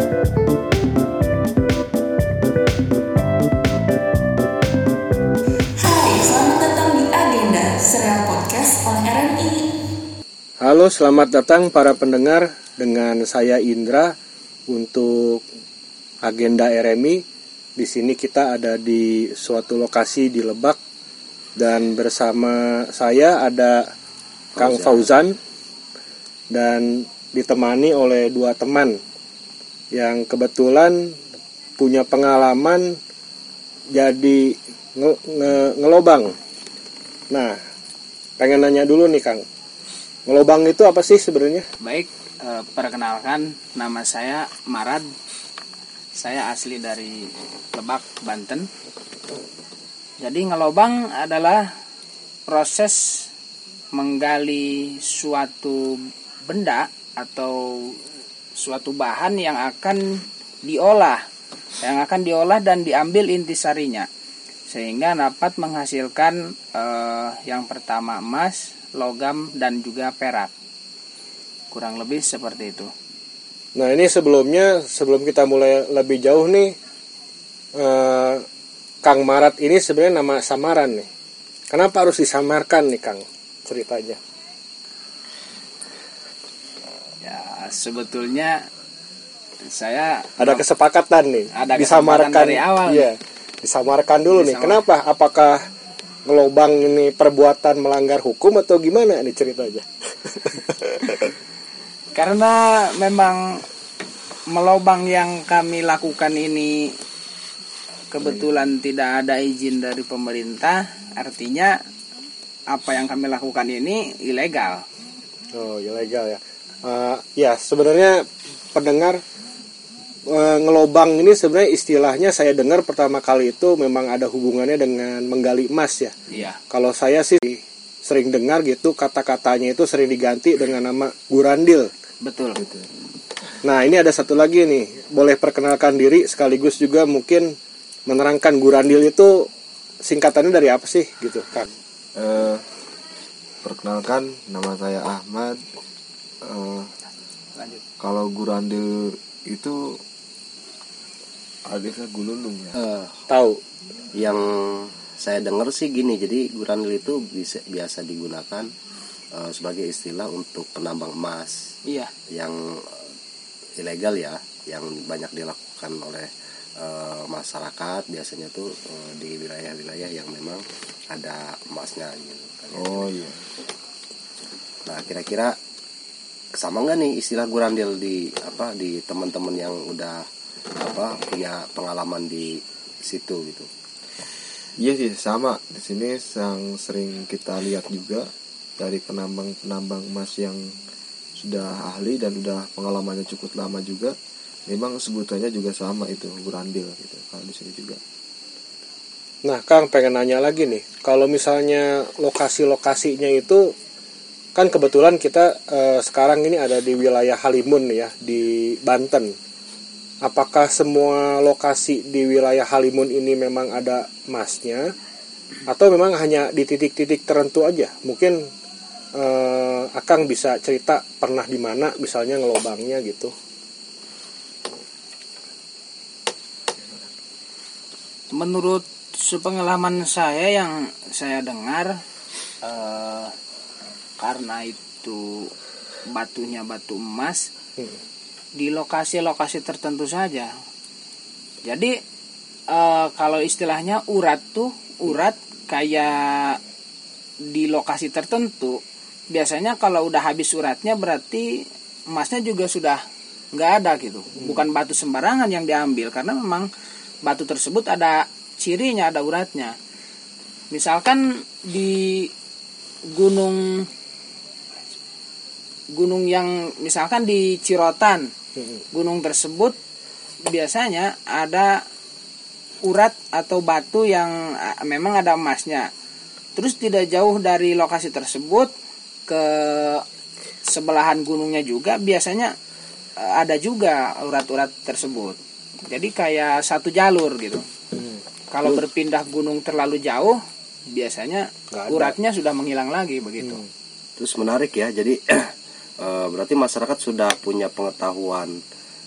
Hai, selamat datang di Agenda, serial podcast oleh RMI. Halo, selamat datang para pendengar dengan saya Indra untuk Agenda RMI. Di sini kita ada di suatu lokasi di Lebak dan bersama saya ada Kang Fauzan dan ditemani oleh dua teman yang kebetulan punya pengalaman jadi ngelobang. Nah, pengen nanya dulu nih Kang, ngelobang itu apa sih sebenarnya? Baik, perkenalkan nama saya Marad. Saya asli dari Lebak, Banten. Jadi ngelobang adalah proses menggali suatu benda atau suatu bahan yang akan diolah dan diambil intisarinya sehingga dapat menghasilkan yang pertama emas, logam dan juga perak. Kurang lebih seperti itu. Nah, ini sebelum kita mulai lebih jauh nih, Kang Marat ini sebenarnya nama samaran nih. Kenapa harus disamarkan nih Kang? Ceritanya. Ya, sebetulnya saya Ada kesepakatan nih. Ada disamarkan kesepakatan dari awal. Iya. Disamarkan dulu nih. Kenapa? Apakah ngelobang ini perbuatan melanggar hukum atau gimana nih ceritanya? Karena memang melobang yang kami lakukan ini kebetulan tidak ada izin dari pemerintah, artinya apa yang kami lakukan ini ilegal. Oh, ilegal ya. Ya, sebenarnya pendengar, ngelobang ini sebenarnya istilahnya saya dengar pertama kali itu memang ada hubungannya dengan menggali emas ya. Iya. Kalau saya sih sering dengar gitu, kata-katanya itu sering diganti dengan nama gurandil. Betul. Nah, ini ada satu lagi nih. Boleh perkenalkan diri sekaligus juga mungkin menerangkan gurandil itu singkatannya dari apa sih gitu, Kang? Perkenalkan, nama saya Ahmad. Lanjut. Kalau gurandil itu aliasnya gulunung ya. Tahu. Yang saya dengar sih gini, jadi gurandil itu biasa digunakan sebagai istilah untuk penambang emas. Iya. Yang ilegal ya, yang banyak dilakukan oleh masyarakat biasanya tuh di wilayah-wilayah yang memang ada emasnya gitu kan. Oh iya. Nah, kira-kira sama nggak nih istilah gurandil di teman-teman yang udah punya pengalaman di situ gitu? Iya sih, sama. Di sini yang sering kita lihat juga dari penambang emas yang sudah ahli dan udah pengalamannya cukup lama juga. Memang sebutannya juga sama, itu gurandil gitu. Kalau di sini juga. Nah, Kang pengen nanya lagi nih. Kalau misalnya lokasi-lokasinya itu kan kebetulan kita sekarang ini ada di wilayah Halimun ya, di Banten. Apakah semua lokasi di wilayah Halimun ini memang ada emasnya atau memang hanya di titik-titik tertentu aja? Mungkin Akang bisa cerita pernah di mana misalnya ngelobangnya gitu. Menurut sepengalaman saya yang saya dengar, karena itu batunya batu emas, di lokasi-lokasi tertentu saja. Jadi kalau istilahnya urat kayak di lokasi tertentu, biasanya kalau udah habis uratnya berarti emasnya juga sudah nggak ada gitu. Bukan batu sembarangan yang diambil, karena memang batu tersebut ada cirinya, ada uratnya. Misalkan di gunung yang misalkan di Cirotan, gunung tersebut biasanya ada urat atau batu yang memang ada emasnya. Terus tidak jauh dari lokasi tersebut ke sebelahan gunungnya juga biasanya ada juga urat-urat tersebut. Jadi kayak satu jalur gitu. Kalau berpindah gunung terlalu jauh, biasanya uratnya sudah menghilang lagi begitu. Terus menarik ya. Jadi berarti masyarakat sudah punya pengetahuan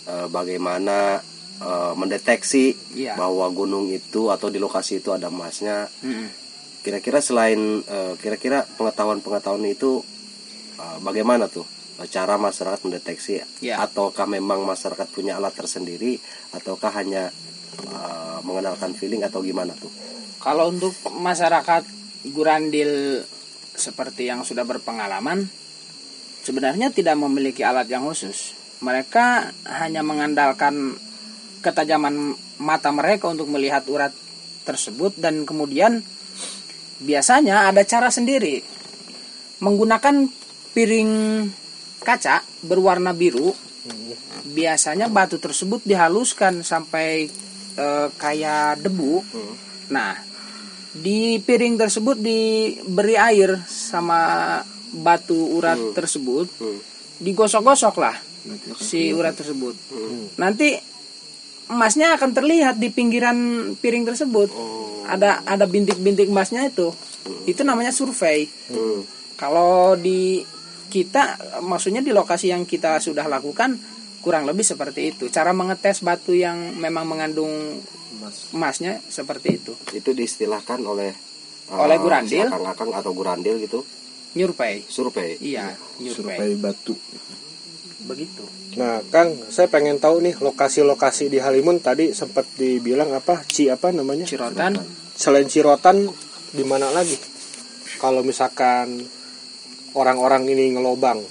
bagaimana mendeteksi Iya. bahwa gunung itu atau di lokasi itu ada emasnya. Mm-mm. Kira-kira selain kira-kira pengetahuan itu bagaimana tuh cara masyarakat mendeteksi? Ya. Ataukah memang masyarakat punya alat tersendiri ataukah hanya mengandalkan feeling atau gimana tuh? Kalau untuk masyarakat Gurandil seperti yang sudah berpengalaman, sebenarnya tidak memiliki alat yang khusus. Mereka hanya mengandalkan ketajaman mata mereka untuk melihat urat tersebut, dan kemudian biasanya ada cara sendiri menggunakan piring kaca berwarna biru. Biasanya batu tersebut dihaluskan sampai kayak debu. Nah, di piring tersebut diberi air sama batu urat tersebut, digosok-gosok lah si urat tersebut. Nanti emasnya akan terlihat di pinggiran piring tersebut. Ada bintik-bintik emasnya itu. Itu namanya survei. Kalau di kita, maksudnya di lokasi yang kita sudah lakukan, kurang lebih seperti itu. Cara mengetes batu yang memang mengandung emasnya seperti itu. Itu diistilahkan oleh Gurandil, akang-akang atau Gurandil gitu, nyurvei. survei. Iya, survei nyurvei. batu. Begitu. Nah, Kang, saya pengen tahu nih lokasi-lokasi di Halimun tadi sempat dibilang apa? Apa namanya? Cirotan. Selain Cirotan, di mana lagi? Kalau misalkan orang-orang ini ngelobang.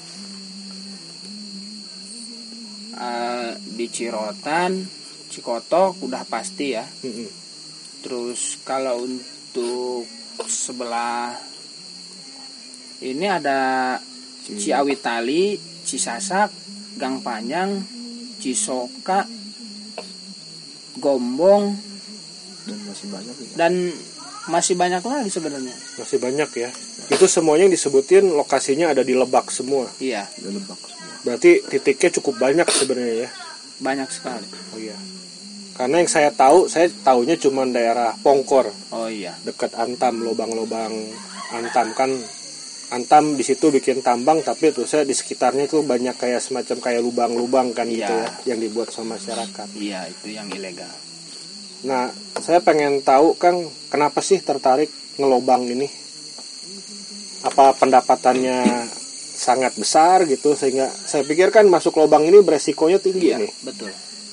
Di Cirotan, Cikotok udah pasti ya. Mm-mm. Terus kalau untuk sebelah ini ada Ciawitali, Cisasak, Gang Panjang, Cisoka, Gombong, Dan masih banyak ya. dan masih banyak lagi sebenarnya. Masih banyak ya. Itu semuanya yang disebutin lokasinya ada di Lebak semua. Iya, Udah Lebak semua. Berarti titiknya cukup banyak sebenarnya ya. banyak sekali. Oh iya. Karena yang saya tahunya cuma daerah Pongkor, Oh iya. dekat Antam, lubang-lubang Antam kan. Antam di situ bikin tambang, tapi tuh saya di sekitarnya tuh banyak kayak semacam kayak lubang-lubang kan gitu Iya. ya, yang dibuat sama masyarakat. Iya, itu yang ilegal. Nah, saya pengen tahu Kang, kenapa sih tertarik ngelobang ini? Apa pendapatannya sangat besar gitu sehingga saya pikir kan masuk lubang ini beresikonya tinggi Iya, nih. betul.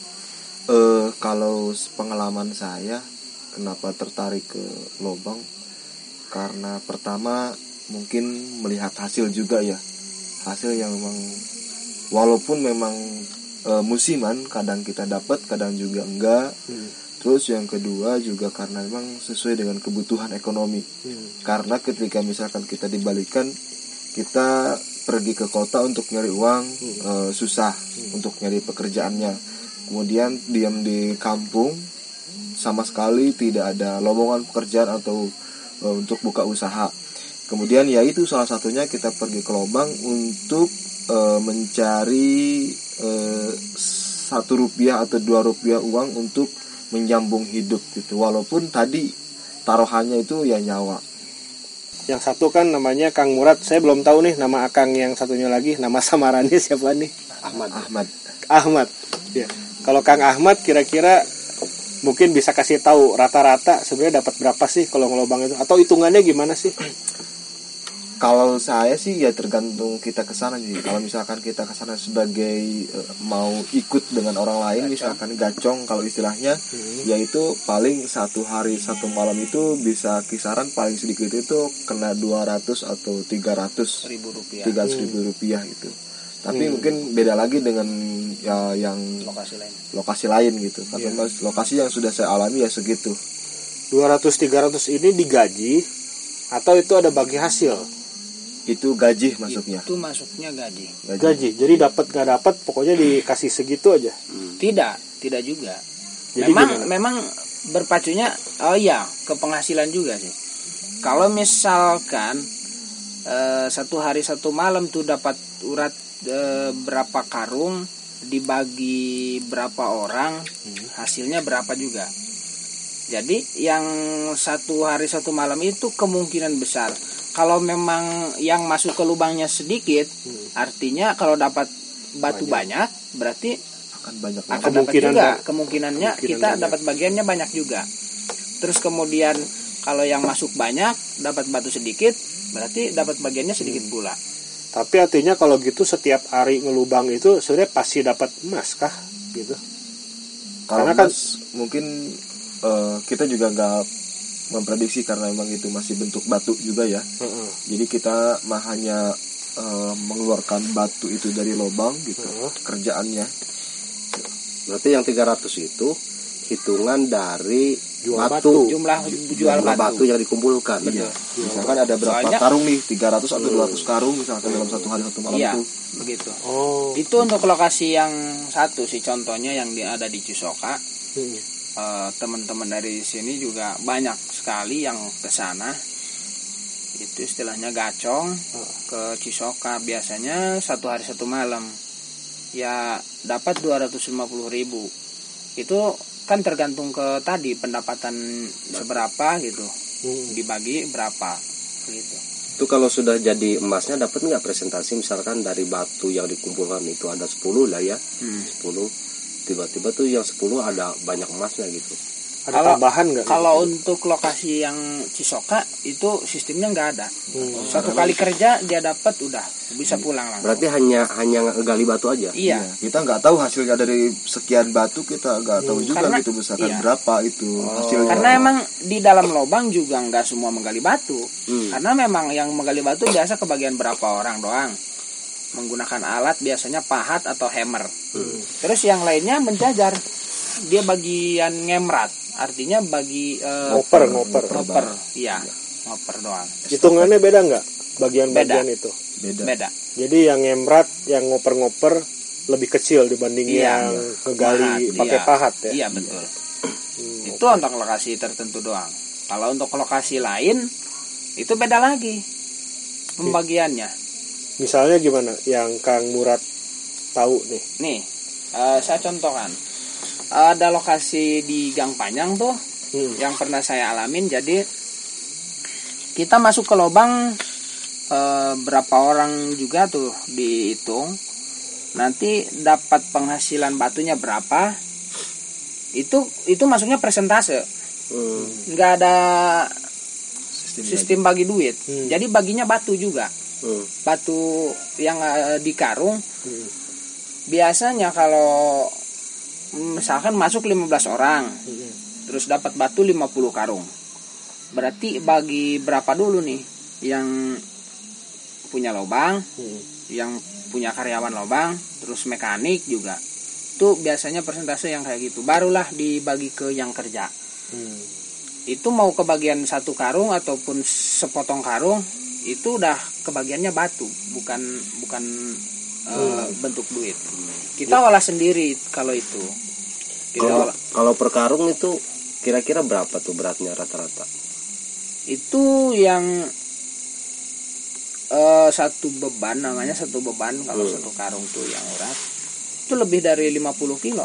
Kalau pengalaman saya kenapa tertarik ke lobang, karena pertama mungkin melihat hasil juga ya, hasil yang memang walaupun memang musiman kadang kita dapat kadang juga enggak. Terus yang kedua juga karena memang sesuai dengan kebutuhan ekonomi. Karena ketika misalkan kita dibalikan, kita pergi ke kota untuk nyari uang, susah untuk nyari pekerjaannya. Kemudian diam di kampung, sama sekali tidak ada lowongan pekerjaan atau untuk buka usaha. Kemudian ya itu salah satunya kita pergi ke lobang untuk mencari 1 rupiah atau 2 rupiah uang untuk menyambung hidup gitu. Walaupun tadi taruhannya itu ya nyawa. Yang satu kan namanya Kang Murad, saya belum tahu nih nama Akang yang satunya lagi, nama samarannya siapa nih? Ahmad. Ya. Kalau Kang Ahmad kira-kira mungkin bisa kasih tahu rata-rata sebenarnya dapat berapa sih kalau ngelobang itu, atau hitungannya gimana sih? Kalau saya sih ya tergantung kita ke sana sih. Kalau misalkan kita ke sana sebagai mau ikut dengan orang lain, misalkan gacong kalau istilahnya, yaitu paling 1 hari 1 malam itu bisa kisaran paling sedikit itu kena 200 atau 300 Ribu rupiah. 300.000 rupiah gitu. Tapi mungkin beda lagi dengan ya, yang lokasi lain gitu. Karena lokasi yang sudah saya alami ya segitu. 200-300 ini digaji atau itu ada bagi hasil? Itu gaji masuknya. Itu masuknya gaji. Gaji. Jadi dapat nggak dapat pokoknya dikasih segitu aja. Tidak juga. Jadi Memang berpacunya ke penghasilan juga sih. Kalau misalkan 1 hari 1 malam tuh dapat urat berapa karung, dibagi berapa orang, hasilnya berapa juga. Jadi yang 1 hari 1 malam itu kemungkinan besar. Kalau memang yang masuk ke lubangnya sedikit, artinya kalau dapat batu banyak berarti akan banyak akan banget. dapat Kemungkinan juga banyak. kemungkinannya Kemungkinan kita banyak. dapat bagiannya banyak juga. Terus kemudian kalau yang masuk banyak dapat batu sedikit, berarti dapat bagiannya sedikit pula. Tapi artinya kalau gitu setiap hari ngelubang itu sebenarnya pasti dapat emas kah gitu? Kalau Karena kan- emas mungkin kita juga nggak memprediksi karena memang itu masih bentuk batu juga ya. Heeh. Jadi kita hanya mengeluarkan batu itu dari lubang gitu kerjaannya. Berarti yang 300 itu hitungan dari Jual batu, batu. Jumlah jual jumlah batu. batu yang dikumpulkan. Iya. Misalkan ada berapa Soalnya- karung nih, 300 atau 200 karung misalkan dalam satu hari satu malam Iya, tuh. begitu. Oh. Itu untuk lokasi yang satu sih, contohnya yang ada di Cisoka. Hmm. Teman-teman dari sini juga banyak sekali yang ke sana. Itu istilahnya gacong ke Cisoka, biasanya satu hari satu malam ya dapat 250.000. Itu kan tergantung ke tadi pendapatan seberapa gitu, dibagi berapa gitu. Itu kalau sudah jadi emasnya dapat nggak presentasi, misalkan dari batu yang dikumpulkan itu ada 10 lah ya. 10 tiba-tiba tuh yang 10 ada banyak emasnya gitu. Ada tambahan nggak? Kalau untuk lokasi yang Cisoka itu sistemnya nggak ada. Satu kali kerja dia dapat udah bisa pulang langsung. Berarti hanya ngegali batu aja. Iya. Kita nggak tahu hasilnya dari sekian batu, kita nggak tahu juga Karena- gitu misalkan iya. berapa itu hasilnya. Karena emang di dalam lubang juga nggak semua menggali batu. Hmm. Karena memang yang menggali batu biasa kebagian berapa orang doang. Menggunakan alat biasanya pahat atau hammer. Terus yang lainnya menjajar. Dia bagian ngemrat. Artinya bagi ngoper. ngoper. Iya, ngoper doang. Hitungannya beda nggak bagian-bagian itu? Beda. Jadi yang ngemrat, yang ngoper-ngoper lebih kecil dibanding Iya. yang ngegali Pahat, pakai iya. pahat ya. Iya, betul. Itu untuk lokasi tertentu doang. Kalau untuk lokasi lain itu beda lagi pembagiannya. Misalnya gimana yang Kang Murad tahu nih? Nih, saya contohkan. Ada lokasi di Gang Panjang tuh yang pernah saya alamin. Jadi kita masuk ke lubang, berapa orang juga tuh dihitung. Nanti dapat penghasilan batunya berapa. Itu masuknya persentase. Nggak ada sistem bagi duit. Jadi baginya batu juga. Batu yang di karung. Biasanya kalau misalkan masuk 15 orang, terus dapat batu 50 karung. Berarti bagi berapa dulu nih yang punya lubang, yang punya karyawan lubang, terus mekanik juga. Itu biasanya persentase yang kayak gitu. Barulah dibagi ke yang kerja. Itu mau kebagian satu karung ataupun sepotong karung, itu udah kebagiannya batu, bukan bentuk duit. Kita olah sendiri kalau itu. Kita olah. Kalau per karung itu kira-kira berapa tuh beratnya rata-rata? Itu yang satu beban, namanya satu beban. Kalau satu karung tuh yang urat itu lebih dari 50 kilo.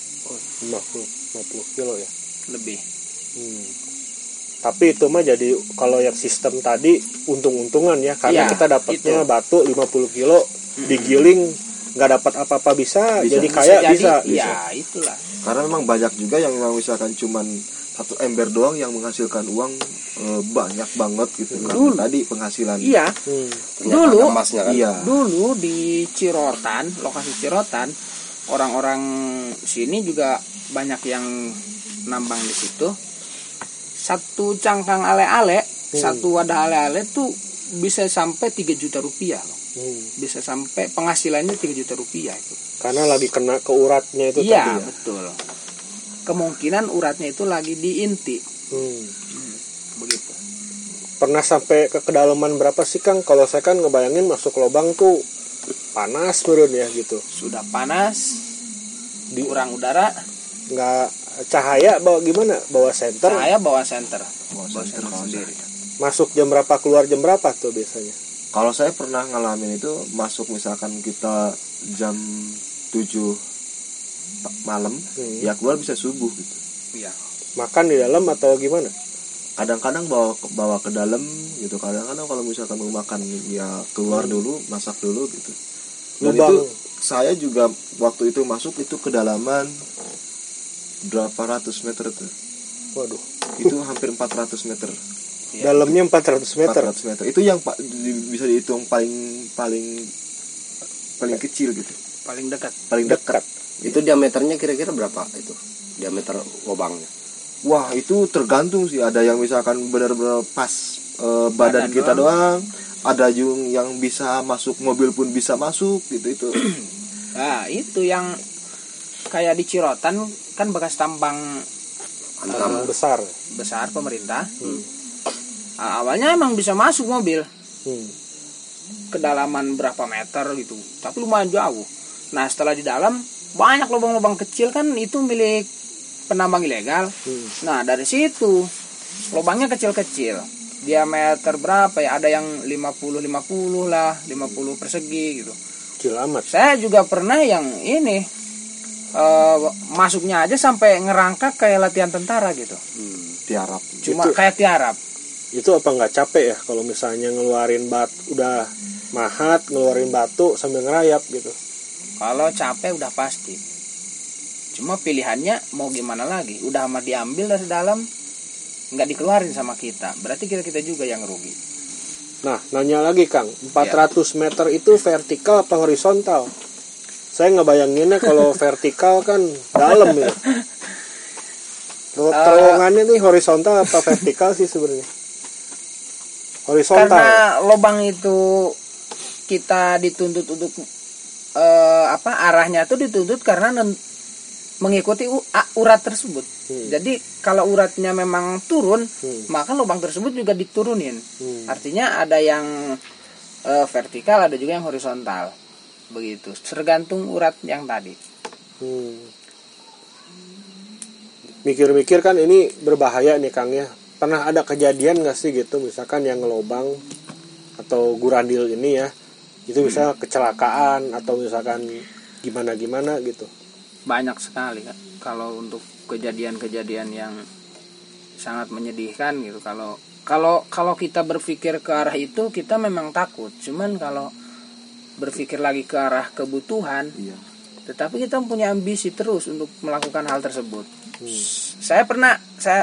50 kilo ya. Lebih. Tapi itu mah jadi kalau yang sistem tadi untung-untungan ya, karena Iya, kita dapatnya itu. batu 50 kilo digiling nggak dapat apa-apa bisa jadi kaya Jadi, bisa. iya, itulah. Karena memang banyak juga yang memang misalkan cuman satu ember doang yang menghasilkan uang banyak banget gitu kan. Dulu. Tadi penghasilan. Iya. Ternyata Dulu. ada emasnya kan. Iya. Dulu di Cirotan, lokasi Cirotan, orang-orang sini juga banyak yang nambang di situ. Satu cangkang ale-ale, satu wadah ale-ale tuh bisa sampai 3 juta rupiah loh. Bisa sampai penghasilannya 3 juta rupiah itu. Karena lagi kena ke uratnya itu Iya, tadi ya. betul. Kemungkinan uratnya itu lagi di inti. Begitu. Pernah sampai ke kedalaman berapa sih Kang? Kalau saya kan ngebayangin masuk lubang tuh panas turun ya gitu. Sudah panas, kurang udara, Nggak cahaya bawa gimana? Bawa senter. saya bawa senter. Bawa Bawa senter senter kalau sendiri. Masuk jam berapa keluar jam berapa tuh biasanya? Kalau saya pernah ngalamin itu masuk misalkan kita jam 7 malam, ya keluar bisa subuh gitu. Iya. Makan di dalam atau gimana? Kadang-kadang bawa ke dalam gitu. Kadang-kadang kalau misalkan mau makan ya keluar dulu, masak dulu gitu. Dan Lubang. itu saya juga waktu itu masuk itu kedalaman berapa ratus meter tuh. Waduh. Itu hampir 400 meter. Dalamnya 400 meter. 400 meter. Itu yang bisa dihitung paling kecil gitu. Paling dekat. Paling dekat. Itu diameternya kira-kira berapa itu? Diameter lubangnya. Wah, itu tergantung sih. Ada yang misalkan benar-benar pas badan kita doang. Ada yang bisa masuk, mobil pun bisa masuk gitu itu. Nah, itu yang kayak di Cirotan kan bekas tambang Antam besar. besar pemerintah. Nah, awalnya emang bisa masuk mobil. Kedalaman berapa meter gitu, tapi lumayan jauh. Nah, setelah di dalam banyak lubang-lubang kecil kan itu milik penambang ilegal. Nah, dari situ lubangnya kecil-kecil. Diameter berapa ya? Ada yang 50 lah, 50 persegi gitu. Kecil amat. Saya juga pernah yang ini masuknya aja sampai ngerangkak kayak latihan tentara gitu. Tiarap. Cuma Itu- kayak tiarap. Itu apa nggak capek ya kalau misalnya ngeluarin udah mahat, ngeluarin batu sambil ngerayap gitu. Kalau capek udah pasti. Cuma pilihannya mau gimana lagi? Udah amat diambil dari dalam, nggak dikeluarin sama kita. Berarti kita juga yang rugi. Nah, nanya lagi Kang, 400 meter itu vertikal apa horizontal? Saya ngebayanginnya kalau vertikal kan dalam ya. Terowongannya nih horizontal apa vertikal sih sebenarnya? Horizontal. Karena lubang itu kita dituntut untuk arahnya tuh dituntut karena mengikuti urat tersebut. Jadi kalau uratnya memang turun, maka lubang tersebut juga diturunin. Artinya ada yang vertikal, ada juga yang horizontal. Begitu. Tergantung urat yang tadi. Mikir-mikir kan ini berbahaya nih Kang ya. Pernah ada kejadian nggak sih gitu, misalkan yang ngelobang atau gurandil ini ya, itu bisa kecelakaan atau misalkan gimana gitu. Banyak sekali kan kalau untuk kejadian-kejadian yang sangat menyedihkan gitu. Kalau kita berpikir ke arah itu kita memang takut. Cuman kalau berpikir lagi ke arah kebutuhan, tetapi kita punya ambisi terus untuk melakukan hal tersebut. Saya pernah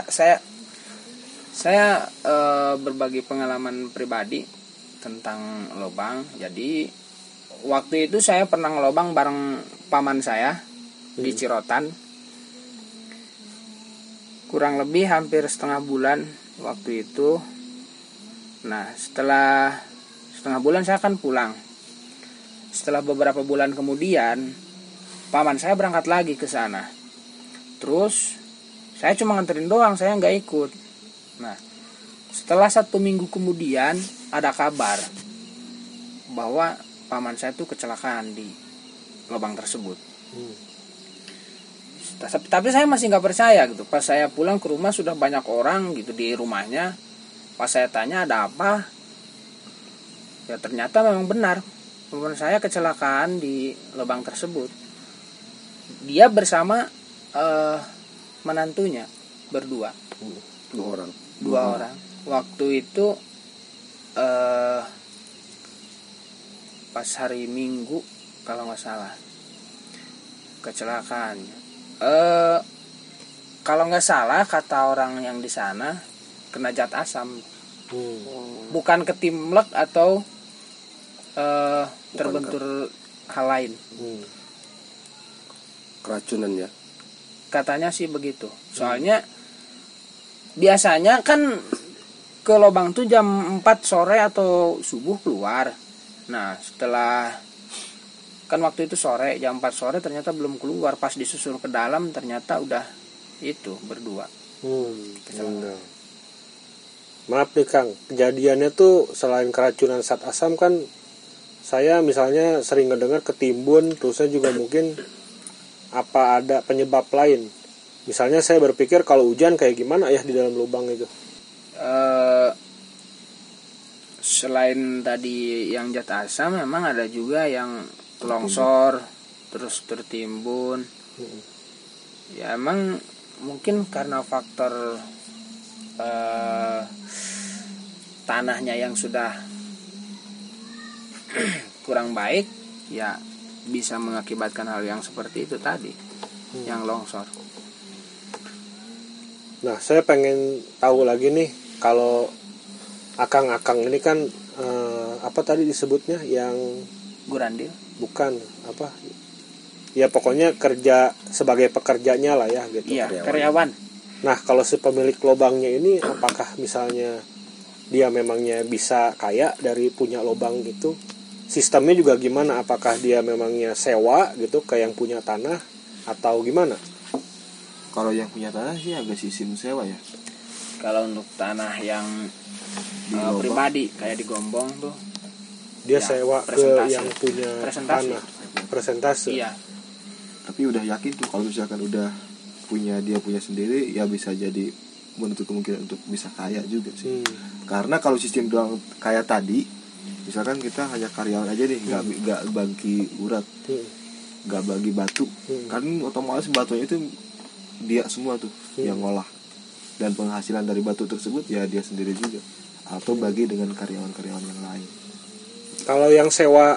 saya berbagi pengalaman pribadi tentang lobang. Jadi waktu itu saya pernah ngelobang bareng paman saya di Cirotan. Kurang lebih hampir setengah bulan waktu itu. Nah, setelah setengah bulan saya akan pulang. Setelah beberapa bulan kemudian, paman saya berangkat lagi ke sana. Terus saya cuma nganterin doang, saya nggak ikut. Nah, setelah 1 minggu kemudian ada kabar bahwa paman saya tuh kecelakaan di lubang tersebut. Tapi saya masih nggak percaya gitu. Pas saya pulang ke rumah sudah banyak orang gitu di rumahnya. Pas saya tanya ada apa, ya ternyata memang benar paman saya kecelakaan di lubang tersebut. Dia bersama menantunya berdua. Dua orang. Waktu itu pas hari Minggu kalau nggak salah kecelakaannya. Kalau nggak salah kata orang yang di sana kena zat asam. Bukan ketimlek atau terbentur hal lain. Keracunan ya. Katanya sih begitu. Soalnya biasanya kan ke lubang tuh jam 4 sore atau subuh keluar. Nah, setelah kan waktu itu sore, jam 4 sore ternyata belum keluar. Pas disusul ke dalam ternyata udah itu berdua. Benar. Maaf nih Kang, kejadiannya tuh selain keracunan zat asam kan saya misalnya sering ngedengar ketimbun, terusnya juga mungkin apa ada penyebab lain. Misalnya saya berpikir kalau hujan kayak gimana ya di dalam lubang itu. Selain tadi yang zat asam, memang ada juga yang longsor, terus tertimbun. Ya emang mungkin karena faktor tanahnya yang sudah kurang baik, ya bisa mengakibatkan hal yang seperti itu tadi, yang longsor. Nah, saya pengen tahu lagi nih, kalau akang-akang ini kan apa tadi disebutnya, yang Gurandil. bukan apa? Ya pokoknya kerja sebagai pekerjanya lah ya gitu. Iya, karyawan. Nah, kalau si pemilik lobangnya ini apakah misalnya dia memangnya bisa kaya dari punya lobang gitu? Sistemnya juga gimana? Apakah dia memangnya sewa gitu kayak yang punya tanah atau gimana? Kalau yang punya tanah sih agak sistem sewa ya. Kalau untuk tanah yang Di lobang. pribadi kayak di Gombong tuh, Dia Ya, sewa ke presentasi. yang punya Presentasi. tanah. Presentase. iya, Tapi udah yakin tuh kalau misalkan udah dia punya sendiri, ya bisa jadi menutup kemungkinan untuk bisa kaya juga sih. Karena kalau sistem doang kayak tadi, misalkan kita hanya karyawan aja nih, nggak bagi urat, nggak bagi batu, kan otomatis batunya itu dia semua tuh yang ngolah, dan penghasilan dari batu tersebut ya dia sendiri juga, atau bagi dengan karyawan-karyawan yang lain. Kalau yang sewa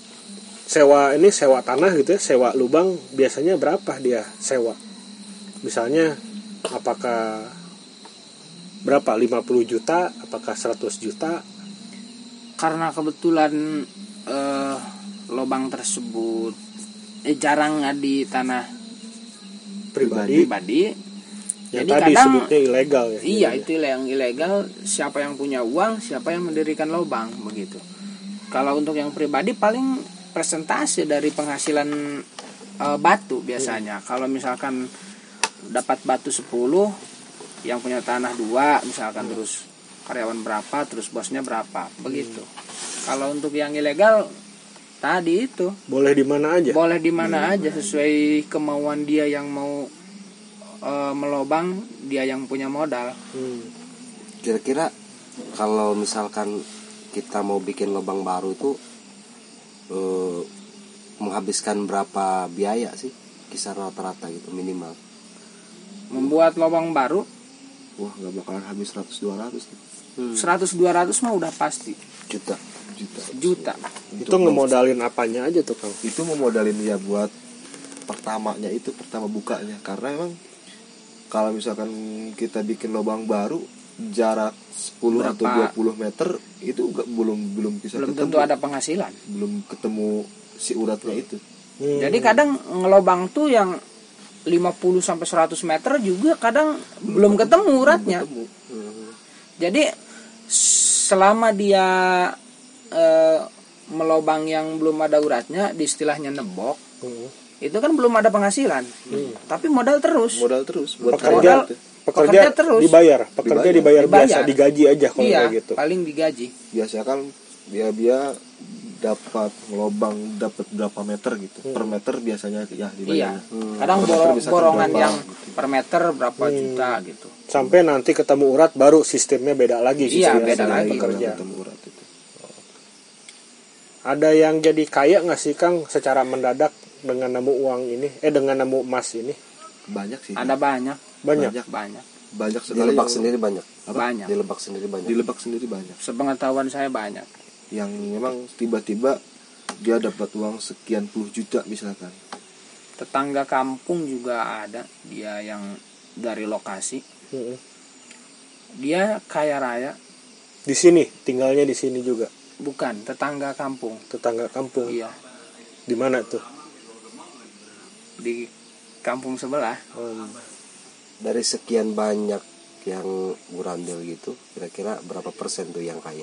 tanah gitu ya, sewa lubang biasanya berapa dia sewa? Misalnya apakah berapa? 50 juta, apakah 100 juta? karena kebetulan lubang tersebut jarang di tanah Pribadi. Yang Jadi tadi kadang sebutnya ilegal ya. iya, itu yang ilegal. Siapa yang punya uang, siapa yang mendirikan lubang, begitu. Kalau untuk yang pribadi paling persentase dari penghasilan batu biasanya. Kalau misalkan dapat batu 10, yang punya tanah 2 misalkan, terus karyawan berapa, terus bosnya berapa, begitu. Kalau untuk yang ilegal tadi itu Boleh di mana aja. boleh di mana aja sesuai kemauan dia yang mau melobang, dia yang punya modal. Kira-kira kalau misalkan kita mau bikin lubang baru itu menghabiskan berapa biaya sih, kisar rata-rata gitu minimal? Membuat lubang baru Wah, nggak bakalan habis 100-200 nih. 100-200 mah udah pasti juta. Itu ngemodalin apanya aja tuh, Kang? Itu memodalin ya buat pertama bukanya, karena emang kalau misalkan kita bikin lubang baru jarak 10 atau 20 meter itu belum bisa belum ketemu, tentu ada penghasilan. belum ketemu si uratnya itu. Jadi kadang ngelobang tuh yang 50 sampai 100 meter juga kadang belum ketemu uratnya. Jadi selama dia melobang yang belum ada uratnya, di istilahnya nebok, itu kan belum ada penghasilan, tapi modal terus. Buat Pekerja terus dibayar biasa, digaji aja kalau iya, kayak gitu. paling digaji. biasanya kan dia dapat ngelobang dapat berapa meter gitu, per meter biasanya ya Iya, dibayarnya. kadang Per meter bisa borongan berapa, yang gitu. per meter berapa juta gitu. Sampai nanti ketemu urat baru sistemnya beda lagi. Iya, sistemnya beda sama lagi. pekerja. Ketemu urat itu. Ada yang jadi kaya nggak sih, Kang, secara mendadak dengan nemu uang ini, dengan nemu emas ini? Banyak sih. Ada banyak Banyak. Banyak Di sekali. Lebak yang- sendiri banyak. Banyak. Di Lebak sendiri banyak. Di Lebak sendiri banyak. Sepengetahuan saya banyak. Yang memang tiba-tiba dia dapat uang sekian puluh juta misalkan. Tetangga kampung juga ada, dia yang dari lokasi, dia kaya raya. Di sini, tinggalnya di sini juga. Bukan, tetangga kampung. Tetangga kampung. Iya, Di mana tuh? di kampung sebelah. Dari sekian banyak yang gurandil gitu, kira-kira berapa persen tuh yang kaya?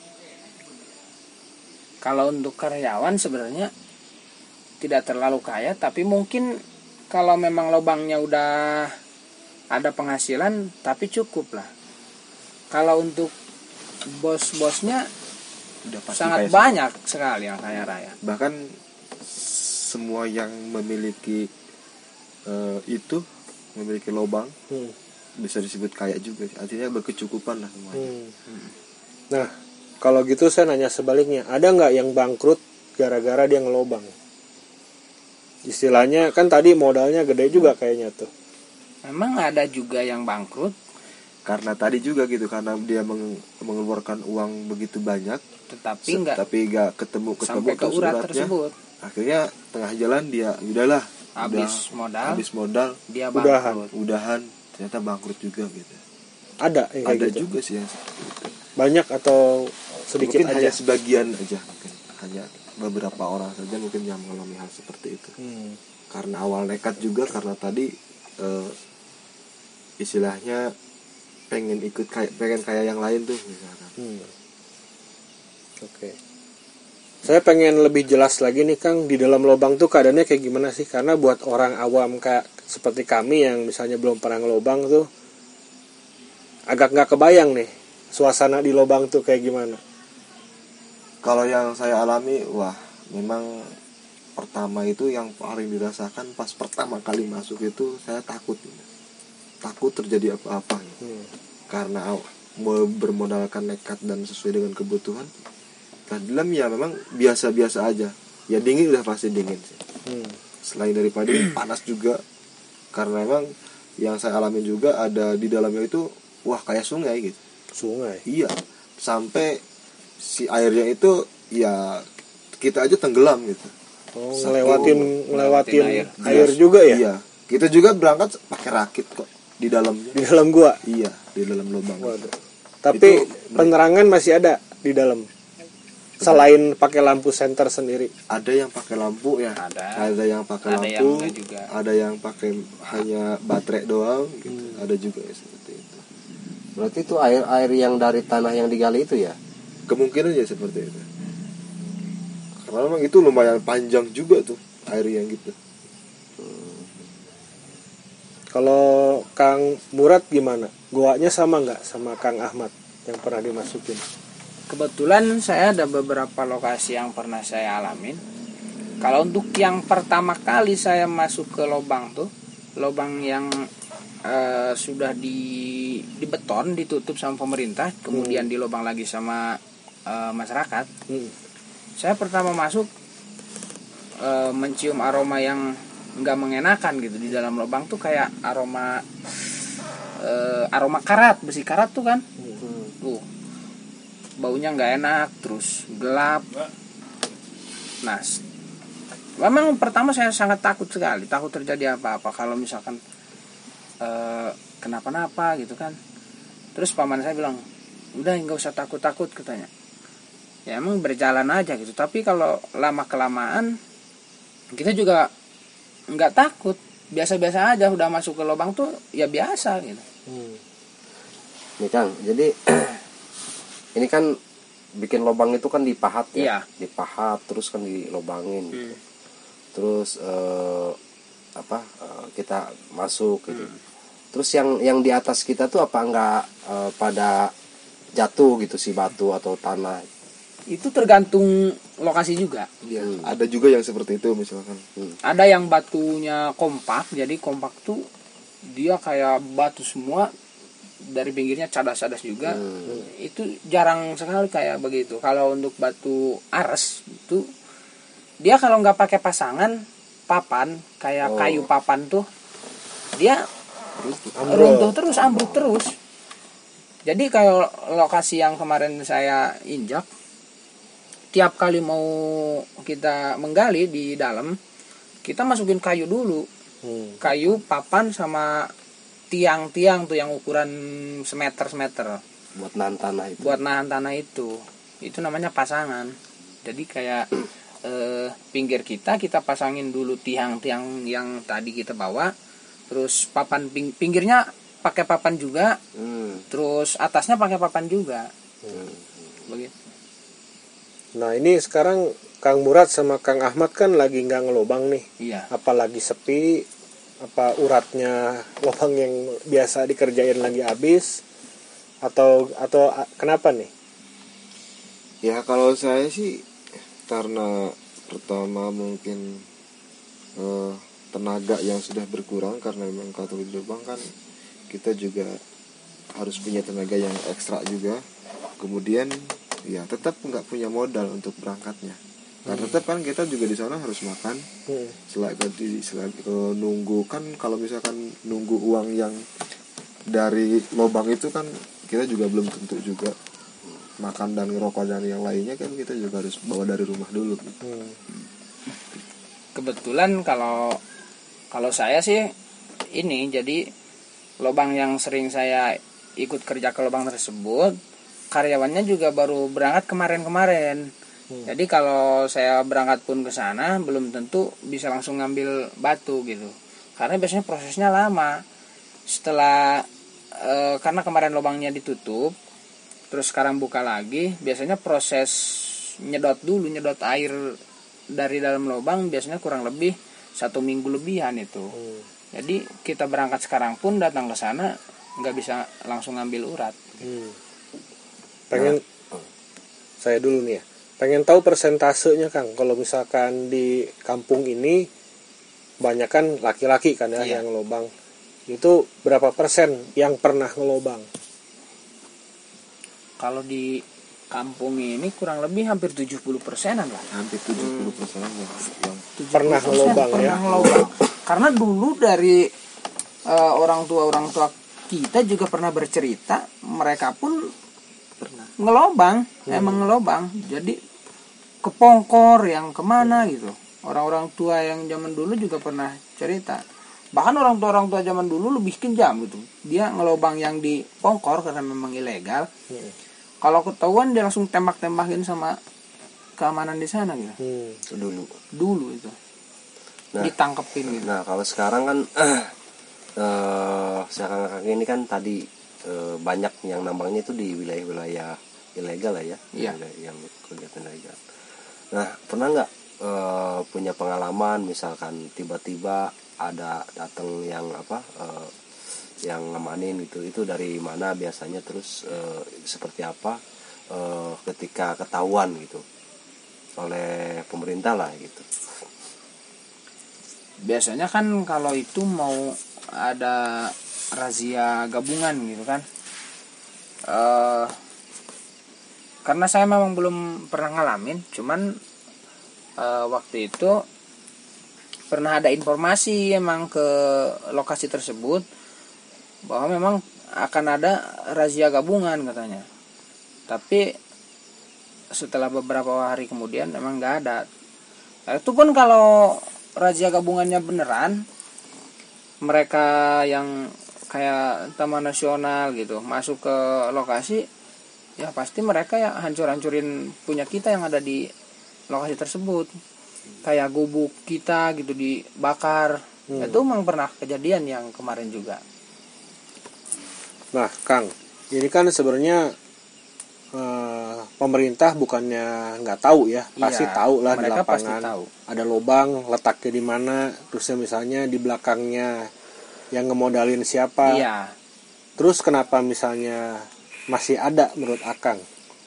Kalau untuk karyawan sebenarnya tidak terlalu kaya, tapi mungkin kalau memang lubangnya udah ada penghasilan, tapi cukup lah. Kalau untuk bos-bosnya Udah pasti sangat kaya banyak sekali yang kaya raya. Bahkan semua yang memiliki itu memiliki lubang bisa disebut kaya juga, artinya berkecukupan lah semuanya. Nah, kalau gitu saya nanya sebaliknya, ada nggak yang bangkrut gara-gara dia ngelobang? Istilahnya kan tadi modalnya gede juga kayaknya tuh. Memang ada juga yang bangkrut, Karena tadi juga gitu, karena dia mengeluarkan uang begitu banyak, tetapi nggak tapi nggak ketemu sampai ke terus urat uratnya. tersebut. akhirnya tengah jalan dia udahlah, Habis modal dia bangkrut. udahan ternyata bangkrut juga gitu. Ada yang kayak Ada gitu. juga sih yang seperti itu. Banyak atau sedikit Mungkin aja. hanya sebagian aja, mungkin hanya beberapa orang saja mungkin yang mengalami hal seperti itu. Karena awal nekat juga, karena tadi istilahnya pengen kayak yang lain tuh misalkan. Oke. Saya pengen lebih jelas lagi nih Kang, di dalam lubang tuh keadaannya kayak gimana sih? Karena buat orang awam kayak seperti kami yang misalnya belum pernah ngelobang tuh agak nggak kebayang nih suasana di lubang tuh kayak gimana. Kalau yang saya alami, wah memang pertama itu yang paling dirasakan pas pertama kali masuk itu saya takut terjadi apa-apa karena bermodalkan nekat dan sesuai dengan kebutuhan. Nah dalam ya memang biasa-biasa aja, ya dingin udah pasti dingin sih. Selain daripada panas juga, karena memang yang saya alami juga ada di dalamnya itu wah kayak sungai gitu. Sungai. Iya, sampai si airnya itu ya kita aja tenggelam gitu. Oh, ngelewatin air juga ya? Iya, kita juga berangkat pakai rakit kok di dalamnya. Di dalam gua. Iya, di dalam lubang. Waduh. Tapi penerangan masih ada di dalam. Selain pakai lampu senter sendiri. Ada yang pakai lampu ya. Ada yang pakai Ada yang lampu. enggak juga. Ada yang pakai hanya baterai doang gitu. Ada juga ya seperti itu. Berarti itu air yang dari tanah yang digali itu ya? Kemungkinan ya seperti itu. Karena memang itu lumayan panjang juga tuh air yang gitu. Kalau Kang Murad gimana? Goanya sama nggak sama Kang Ahmad yang pernah dimasukin? Kebetulan saya ada beberapa lokasi yang pernah saya alamin. Kalau untuk yang pertama kali saya masuk ke lubang tuh, lubang yang sudah dibeton, ditutup sama pemerintah, kemudian dilobang lagi sama masyarakat. Saya pertama masuk mencium aroma yang nggak mengenakan gitu di dalam lubang tuh, kayak aroma karat, besi karat tuh kan. Baunya nggak enak, terus gelap. Nah, memang pertama saya sangat takut sekali, takut terjadi apa-apa kalau misalkan kenapa-napa gitu kan. Terus paman saya bilang, udah nggak usah takut-takut katanya. Ya emang berjalan aja gitu. Tapi kalau lama kelamaan kita juga nggak takut, biasa-biasa aja. Udah masuk ke lubang tuh ya biasa gitu. Nih Kang, jadi ini kan bikin lubang itu kan dipahat ya, Iya. dipahat terus kan dilobangin gitu. Terus kita masuk gitu. Terus yang di atas kita tuh apa enggak pada jatuh gitu si batu atau tanah? Itu tergantung lokasi juga. Ya, ada juga yang seperti itu misalkan. Ada yang batunya kompak, jadi kompak tuh dia kayak batu semua, dari pinggirnya cadas-cadas juga. Itu jarang sekali kayak begitu. Kalau untuk batu ares itu dia kalau nggak pakai pasangan papan kayak kayu papan tuh dia runtuh terus, ambruk terus. Jadi kalau lokasi yang kemarin saya injak, tiap kali mau kita menggali di dalam, kita masukin kayu dulu. Kayu, papan, sama tiang-tiang tuh yang ukuran semeter Buat nahan tanah itu. buat nahan tanah itu. Itu namanya pasangan. Jadi kayak pinggir kita pasangin dulu tiang-tiang yang tadi kita bawa, terus papan pinggirnya pakai papan juga, terus atasnya pakai papan juga. Begitu. Nah ini sekarang Kang Murad sama Kang Ahmad kan lagi nggak ngelobang nih. Iya. Apalagi sepi, apa uratnya lubang yang biasa dikerjain lagi habis, atau kenapa nih? Ya kalau saya sih karena pertama mungkin tenaga yang sudah berkurang, karena memang kalau di lubang kan kita juga harus punya tenaga yang ekstra juga. Kemudian ya tetap nggak punya modal untuk berangkatnya. Karena tetap kan kita juga di sana harus makan. Selain nunggu kan, kalau misalkan nunggu uang yang dari lubang itu kan kita juga belum tentu juga. Makan dan ngerokok dan yang lainnya kan kita juga harus bawa dari rumah dulu gitu. kebetulan kalau saya sih ini, jadi lubang yang sering saya ikut kerja ke lubang tersebut, karyawannya juga baru berangkat kemarin-kemarin. Jadi kalau saya berangkat pun ke sana belum tentu bisa langsung ngambil batu gitu. Karena biasanya prosesnya lama. Setelah karena kemarin lubangnya ditutup, terus sekarang buka lagi, biasanya proses nyedot air dari dalam lubang biasanya kurang lebih 1 minggu lebihan itu. Jadi kita berangkat sekarang pun datang ke sana nggak bisa langsung ngambil urat. Pengen saya dulu nih ya. Pengen tahu persentasenya Kang. Kalau misalkan di kampung ini banyak kan laki-laki kan ya yang ngelobang. Itu berapa persen yang pernah ngelobang? Kalau di kampung ini kurang lebih hampir 70%-an lah. Hampir 70% yang Pernah ngelobang ya. Ngelobang. Karena dulu dari orang tua kita juga pernah bercerita, mereka pun pernah ngelobang, emang ngelobang. Jadi kepongkor yang kemana gitu. Orang-orang tua yang zaman dulu juga pernah cerita. Bahkan orang tua zaman dulu lebih kejam gitu. Dia ngelobang yang di pongkor karena memang ilegal. Kalau ketahuan dia langsung tembak-tembakin sama keamanan di sana gitu. Dulu itu. Ditangkepin gitu. Nah, kalau sekarang kan sekarang ini kan tadi banyak yang nambangnya itu di wilayah-wilayah ilegal lah ya. Iya. Yang kegiatan ilegal. Nah, pernah nggak punya pengalaman misalkan tiba-tiba ada datang yang yang ngamanin itu dari mana biasanya, terus seperti apa ketika ketahuan gitu oleh pemerintah lah gitu. Biasanya kan kalau itu mau ada razia gabungan gitu kan, karena saya memang belum pernah ngalamin, cuman waktu itu pernah ada informasi emang ke lokasi tersebut bahwa memang akan ada razia gabungan katanya. Tapi setelah beberapa hari kemudian memang nggak ada. Itu pun kalau razia gabungannya beneran, mereka yang kayak Taman Nasional gitu masuk ke lokasi, ya pasti mereka ya hancur-hancurin punya kita yang ada di lokasi tersebut. Kayak gubuk kita gitu dibakar. Itu memang pernah kejadian yang kemarin juga. Nah, Kang, ini kan sebenarnya pemerintah bukannya nggak tahu ya, pasti tahu lah di lapangan. Tahu. Ada lubang, letaknya di mana, terusnya misalnya di belakangnya yang ngemodalin siapa. Iya. Terus kenapa misalnya masih ada menurut Akang?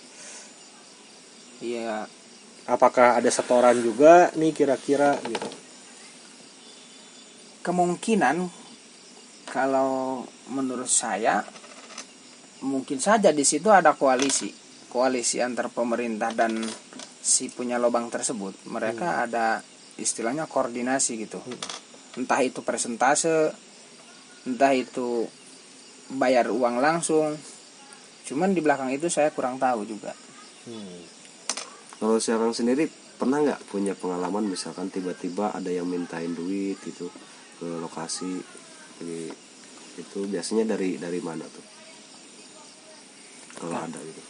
Iya. Apakah ada setoran juga nih kira-kira gitu? Kemungkinan kalau menurut saya mungkin saja di situ ada koalisi antar pemerintah dan si punya lubang tersebut. Mereka ada istilahnya koordinasi gitu. Entah itu persentase, entah itu bayar uang langsung. Cuman di belakang itu saya kurang tahu juga. Kalau sekarang sendiri pernah nggak punya pengalaman misalkan tiba-tiba ada yang mintain duit gitu ke lokasi? Jadi, itu biasanya dari mana tuh? Kalau ada gitu.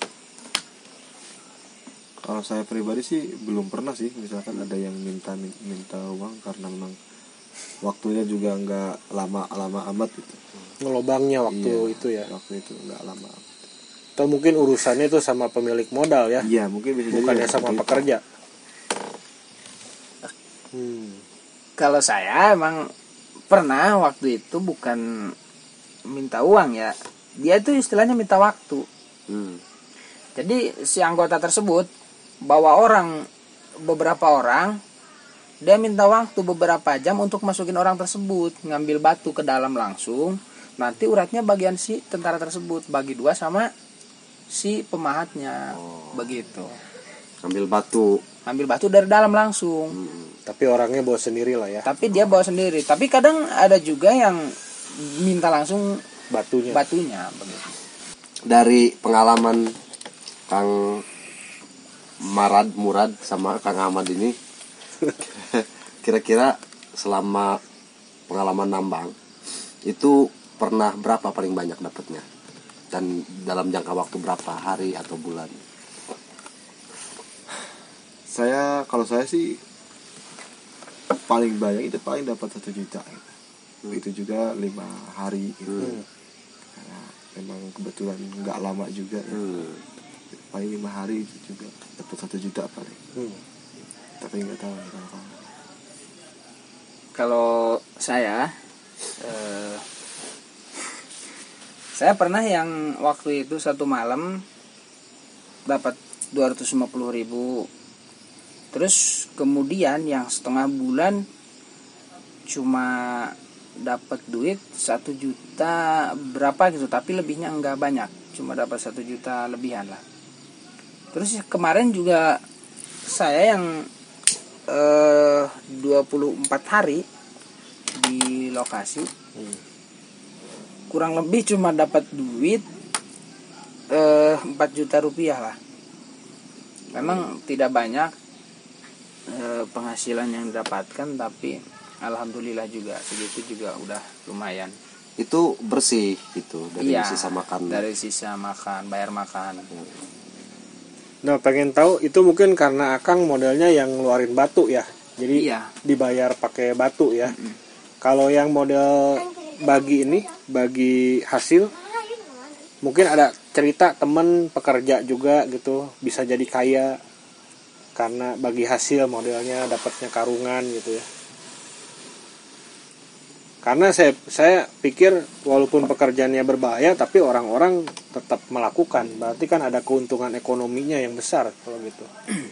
Kalau saya pribadi sih belum pernah sih, misalkan ada yang minta uang karena memang waktunya juga nggak lama amat gitu. Ngelobangnya waktu itu ya. Waktu itu nggak lama. Atau mungkin urusannya itu sama pemilik modal ya. Iya, mungkin bisa jadi. Bukannya sama pekerja. Kalau saya emang pernah waktu itu bukan minta uang ya. Dia itu istilahnya minta waktu. Jadi si anggota tersebut bawa beberapa orang, dia minta waktu beberapa jam untuk masukin orang tersebut, ngambil batu ke dalam langsung. Nanti uratnya bagian si tentara tersebut bagi 2 sama si pemahatnya. Begitu. Ambil batu dari dalam langsung. Tapi orangnya bawa sendiri lah ya. Tapi dia bawa sendiri. Tapi kadang ada juga yang minta langsung batunya begitu. Dari pengalaman Kang Murad sama Kang Ahmad ini kira-kira selama pengalaman nambang itu pernah berapa paling banyak dapatnya, dan dalam jangka waktu berapa, hari atau bulan? Kalau saya sih paling banyak itu paling dapat 1 juta. Itu juga 5 hari gitu. Karena memang kebetulan nggak lama juga ya. Paling 5 hari itu juga dapat 1 juta paling. Tapi nggak tahu kalau Kalau saya pernah yang waktu itu satu malam dapat 250.000. Terus kemudian yang setengah bulan cuma dapat duit 1 juta berapa gitu, tapi lebihnya enggak banyak, cuma dapat 1 juta lebihan lah. Terus kemarin juga saya yang 24 hari di lokasi, kurang lebih cuma dapat duit 4 juta rupiah lah. Memang tidak banyak penghasilan yang didapatkan, tapi alhamdulillah juga segitu juga udah lumayan. Itu bersih gitu dari Iya, sisa makan. Dari sisa makan, bayar makan. Nah, pengen tahu itu mungkin karena Akang modelnya yang ngeluarin batu ya. Jadi Iya. dibayar pakai batu ya. Kalau yang model bagi hasil, mungkin ada cerita temen pekerja juga gitu, bisa jadi kaya karena bagi hasil modelnya dapatnya karungan gitu ya. Karena saya pikir walaupun pekerjaannya berbahaya tapi orang-orang tetap melakukan, berarti kan ada keuntungan ekonominya yang besar kalau gitu.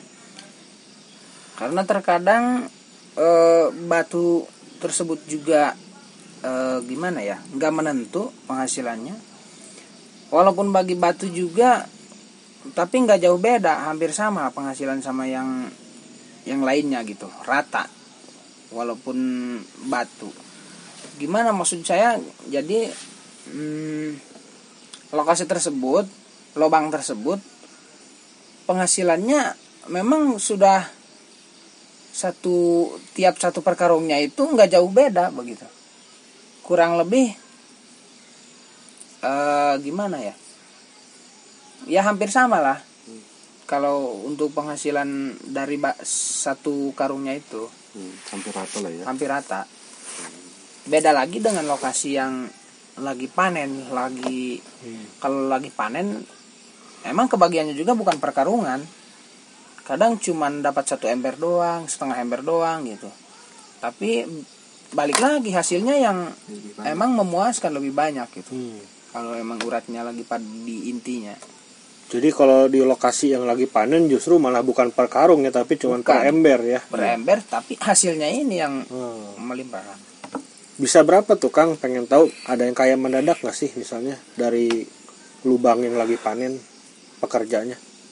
Karena terkadang batu tersebut juga gimana ya, nggak menentu penghasilannya. Walaupun bagi batu juga, tapi nggak jauh beda, hampir sama penghasilan sama yang lainnya gitu, rata. Walaupun batu, gimana maksud saya? Jadi lokasi tersebut, lubang tersebut, penghasilannya memang sudah tiap satu per karungnya itu nggak jauh beda begitu, kurang lebih gimana ya? Ya hampir sama lah. Kalau untuk penghasilan dari satu karungnya itu Hampir rata lah ya. hampir rata. Beda lagi dengan lokasi yang lagi panen, kalau lagi panen emang kebagiannya juga bukan perkarungan. Kadang cuman dapat 1 ember doang, setengah ember doang gitu. Tapi balik lagi hasilnya yang emang memuaskan lebih banyak gitu. Kalau emang uratnya lagi di intinya. Jadi kalau di lokasi yang lagi panen justru malah bukan per karung ya, tapi cuma per ember ya. Per ember, tapi hasilnya ini yang melimpah. Bisa berapa tuh Kang? Pengen tahu, ada yang kaya mendadak nggak sih misalnya dari lubang yang lagi panen pekerjanya?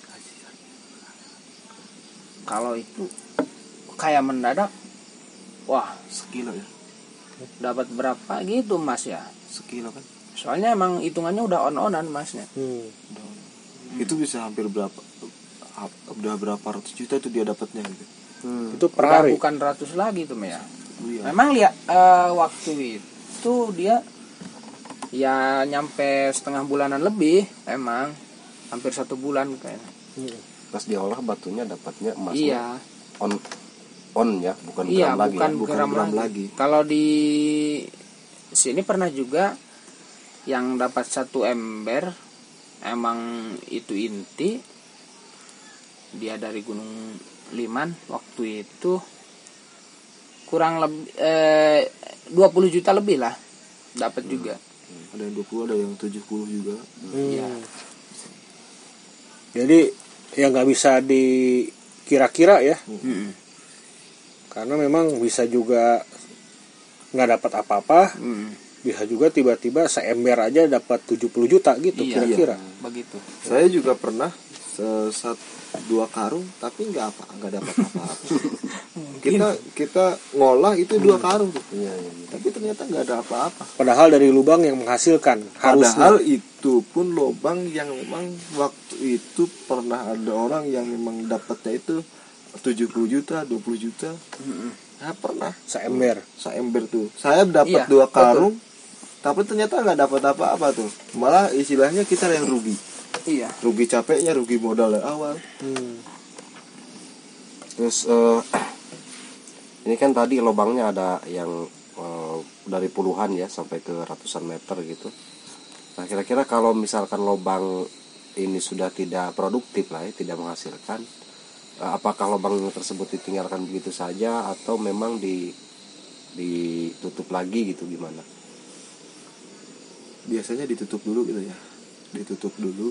Kalau itu kaya mendadak, wah Sekilo ya. dapat berapa gitu Mas ya? Sekilo kan. Soalnya emang hitungannya udah on-onan Masnya. itu bisa hampir udah berapa ratus juta itu dia dapatnya gitu. Itu per hari. Bukan ratus lagi tuh ya. Iya. Memang lihat waktu itu dia ya nyampe setengah bulanan lebih, emang hampir 1 bulan kayaknya. Pas diolah batunya dapatnya emas. Iya. On ya, bukan Iya, gram lagi. bukan Ya? gram lagi. Kalau di sini pernah juga yang dapat 1 ember, emang itu inti, dia dari Gunung Liman waktu itu kurang lebih 20 juta lebih lah dapat juga. Ada yang 20, ada yang 70 juga. Iya. Jadi ya nggak bisa dikira-kira ya. Karena memang bisa juga nggak dapat apa-apa, bisa juga tiba-tiba seember aja dapat 70 juta gitu kira-kira. Begitu. Saya juga pernah 2 karung tapi nggak dapat apa-apa. kita ngolah itu 2 karung tuh. Tapi ternyata nggak ada apa-apa. Padahal dari lubang yang menghasilkan. Padahal itu pun lubang yang memang waktu itu pernah ada orang yang memang dapatnya itu 70 juta, 20 juta. Ya pernah. Seember. Seember tuh. Saya dapat Iya, 2 karung, tapi ternyata nggak dapat apa-apa tuh. Malah istilahnya kita yang rugi. Iya. Rugi capeknya, rugi modal dari awal. Terus ini kan tadi lubangnya ada yang dari puluhan ya sampai ke ratusan meter gitu. Nah kira-kira kalau misalkan lubang ini sudah tidak produktif lah ya, tidak menghasilkan, apakah lubang tersebut ditinggalkan begitu saja atau memang ditutup lagi gitu, gimana? Biasanya ditutup dulu gitu ya. Ditutup dulu.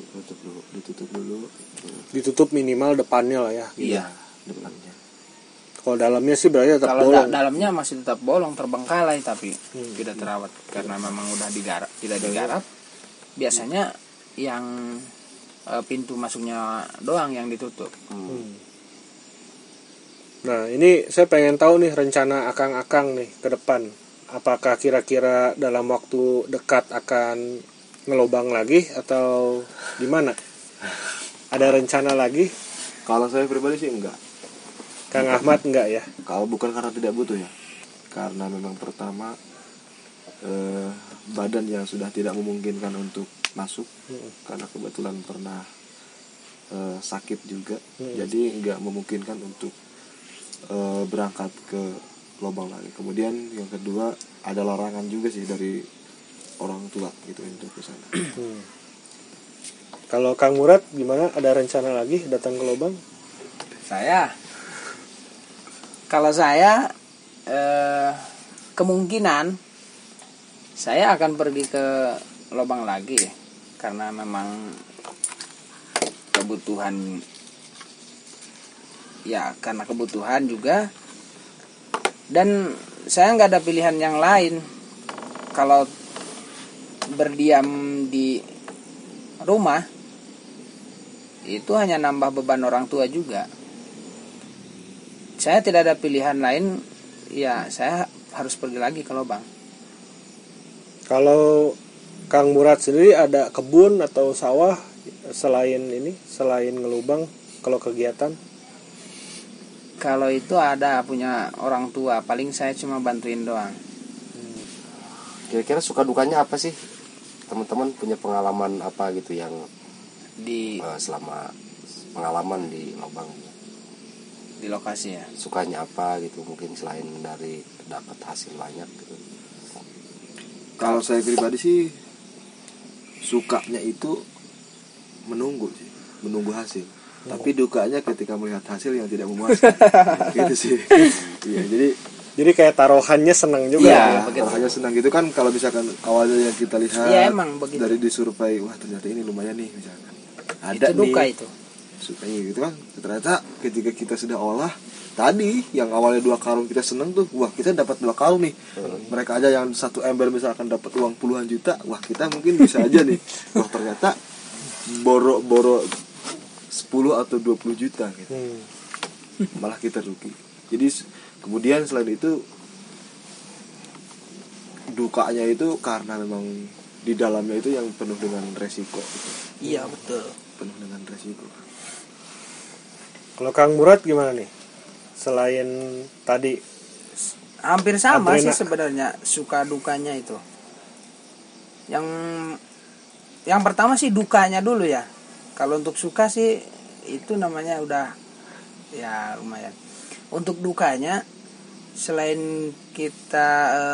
Ditutup minimal depannya lah ya. Iya. Depannya. Kalau dalamnya sih berarti tetap Kalau bolong. dalamnya masih tetap bolong, terbengkalai tapi tidak terawat karena memang udah digarap, tidak digarap. Biasanya yang pintu masuknya doang yang ditutup. Nah ini saya pengen tahu nih rencana akang-akang nih ke depan. Apakah kira-kira dalam waktu dekat akan ngelobang lagi atau gimana? Ada rencana lagi? Kalau saya pribadi sih enggak. Kang Ahmad enggak ya? Kalau bukan karena tidak butuh ya. Karena memang pertama badan yang sudah tidak memungkinkan untuk masuk, karena kebetulan pernah sakit juga, jadi nggak memungkinkan untuk berangkat ke lubang lagi. Kemudian yang kedua ada larangan juga sih dari orang tua gitu untuk ke sana. Kalau Kang Murad gimana? Ada rencana lagi datang ke lubang? Kalau saya kemungkinan saya akan pergi ke lubang lagi karena memang kebutuhan ya, karena kebutuhan juga, dan saya nggak ada pilihan yang lain. Kalau berdiam di rumah itu hanya nambah beban orang tua juga. Saya tidak ada pilihan lain, ya saya harus pergi lagi ke lubang. Kalau Kang Murad sendiri ada kebun atau sawah selain ngelubang kalau kegiatan? Kalau itu ada punya orang tua, paling saya cuma bantuin doang. Kira-kira suka dukanya apa sih? Teman-teman punya pengalaman apa gitu yang selama pengalaman di lubang, Di lokasi ya. sukanya apa gitu, mungkin selain dari dapat hasil banyak gitu. Kalau saya pribadi sih sukanya itu menunggu hasil. Tapi dukanya ketika melihat hasil yang tidak memuaskan. Gitu sih. Iya, Jadi kayak taruhannya senang juga Iya, ya. begitu. hanya senang gitu kan kalau misalkan awalnya yang kita lihat Iya, emang begitu. dari disurvei, wah ternyata ini lumayan nih misalkan. Ada Itu duka nih. itu. Sukanya gitu kan. Ternyata ketika kita sudah olah tadi yang awalnya 2 karung kita seneng tuh, wah kita dapat 2 karung nih. Mereka aja yang 1 ember misalkan dapat uang puluhan juta, wah kita mungkin bisa aja nih. Wah ternyata boro 10 atau 20 juta gitu. Malah kita rugi. Jadi kemudian selain itu dukanya itu karena memang di dalamnya itu yang penuh dengan resiko gitu. Iya betul. Penuh dengan resiko. Kalau Kang Murad gimana nih? Selain tadi Hampir sama sih Adrena. sebenarnya suka dukanya itu. Yang pertama sih dukanya dulu ya. Kalau untuk suka sih itu namanya udah ya lumayan. Untuk dukanya selain kita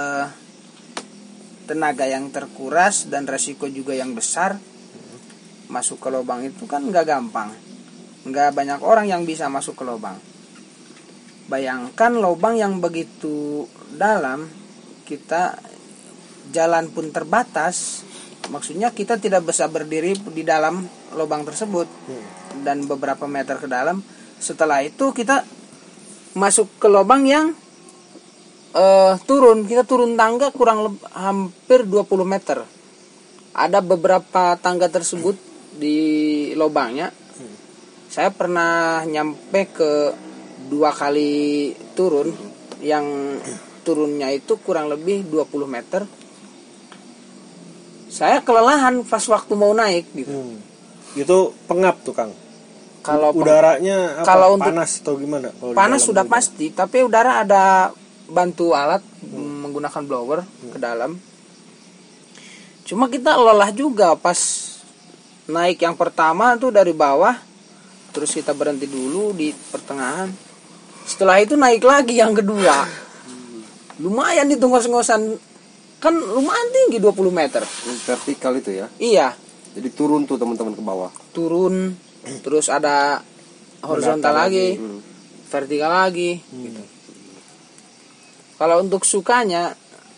tenaga yang terkuras dan resiko juga yang besar, masuk ke lubang itu kan nggak gampang. Nggak banyak orang yang bisa masuk ke lubang. Bayangkan lubang yang begitu dalam, kita jalan pun terbatas. Maksudnya kita tidak bisa berdiri di dalam lubang tersebut dan beberapa meter ke dalam. Setelah itu kita masuk ke lubang yang turun. Kita turun tangga hampir 20 meter. Ada beberapa tangga tersebut di lubangnya. Saya pernah nyampe ke 2 kali turun, yang turunnya itu kurang lebih 20 meter. Saya kelelahan pas waktu mau naik gitu. itu pengap tuh Kang. Kalau Udaranya apa? kalau untuk Panas atau gimana? Kalau di panas dalam sudah lubang? pasti, tapi udara ada bantu alat menggunakan blower ke dalam. Cuma kita lelah juga pas naik yang pertama tuh dari bawah, terus kita berhenti dulu di pertengahan. Setelah itu naik lagi yang kedua. Lumayan itu ngos-ngosan, kan lumayan tinggi 20 meter. Vertikal itu ya. Iya, Jadi turun tuh teman-teman ke bawah. turun, terus ada horizontal lagi, vertikal lagi. Gitu. Kalau untuk sukanya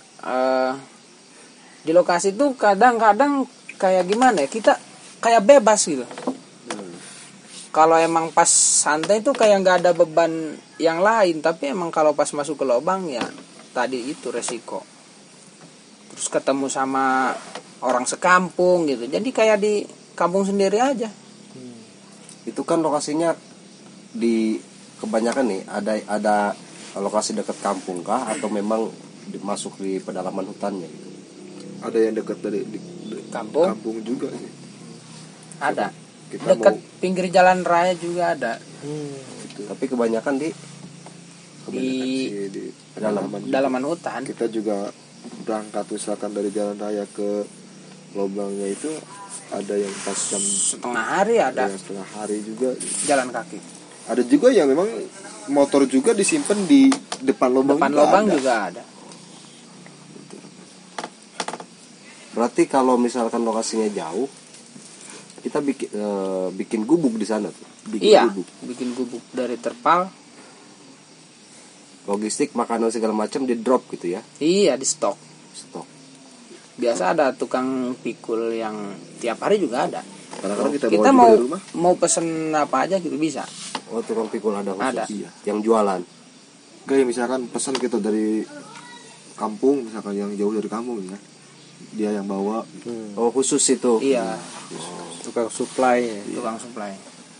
di lokasi itu kadang-kadang kayak gimana ya, kita kayak bebas gitu. Kalau emang pas santai itu kayak nggak ada beban yang lain, tapi emang kalau pas masuk ke lubang ya tadi itu resiko. Terus ketemu sama orang sekampung gitu, jadi kayak di kampung sendiri aja. Itu kan lokasinya di kebanyakan nih ada lokasi dekat kampung kah atau memang masuk di pedalaman hutannya gitu? Ada yang dekat dari Kampung kampung juga sih. ada, Kita dekat mau pinggir jalan raya juga ada. Tapi kebanyakan di di pedalaman. Dalaman hutan. Kita juga berangkat misalkan dari jalan raya ke lubangnya itu ada yang pas jam Setengah hari ada yang setengah hari juga. jalan kaki. Ada juga yang memang motor juga disimpan di depan lubang. Depan lubang juga ada. Berarti kalau misalkan lokasinya jauh, kita bikin gubuk di sana tuh. Iya, bikin gubuk dari terpal. Logistik, makanan segala macam di drop gitu ya. Iya, di stok. Biasa ada tukang pikul yang tiap hari juga ada. Kadang-kadang kita Kita bawa mau juga dari rumah. mau pesen apa aja gitu bisa. Oh, tukang pikul ada khusus. Ada. Iya. Yang jualan. Kayak misalkan pesan kita dari kampung, misalkan yang jauh dari kampung ya, dia yang bawa. Oh, khusus itu. Iya, Tukang supply. tukang supply.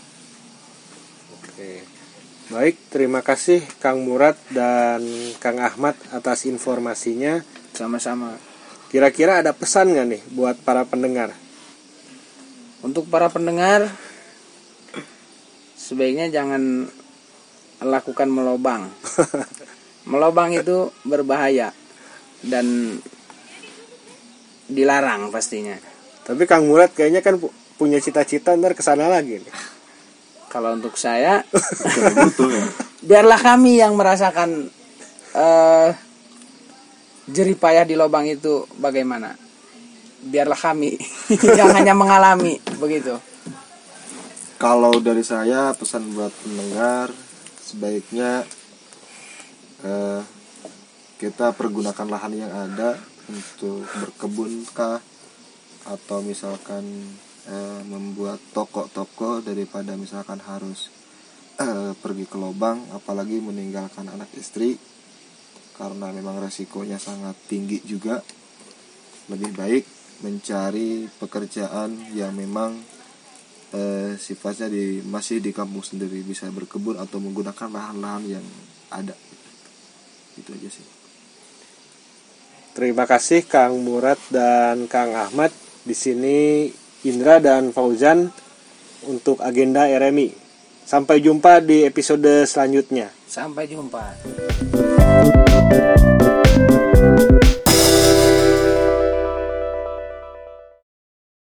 Oke. Baik, terima kasih Kang Murad dan Kang Ahmad atas informasinya. Sama-sama. Kira-kira ada pesan nggak nih buat para pendengar? Untuk para pendengar, sebaiknya jangan lakukan melobang. Melobang itu berbahaya dan dilarang pastinya. Tapi Kang Murad kayaknya kan punya cita-cita ntar kesana lagi nih. Kalau untuk saya, Butuh ya. biarlah kami yang merasakan jerih payah di lubang itu bagaimana. Biarlah kami yang hanya mengalami begitu. Kalau dari saya pesan buat pendengar, sebaiknya kita pergunakan lahan yang ada untuk berkebun kah, atau misalkan membuat toko-toko daripada misalkan harus pergi ke lubang, apalagi meninggalkan anak istri, karena memang resikonya sangat tinggi juga. Lebih baik mencari pekerjaan yang memang sifatnya masih di kampung sendiri, bisa berkebun atau menggunakan lahan-lahan yang ada. Itu aja sih. Terima kasih Kang Murad dan Kang Ahmad. Di sini Indra dan Fauzan untuk agenda RMI. Sampai jumpa di episode selanjutnya. Sampai jumpa.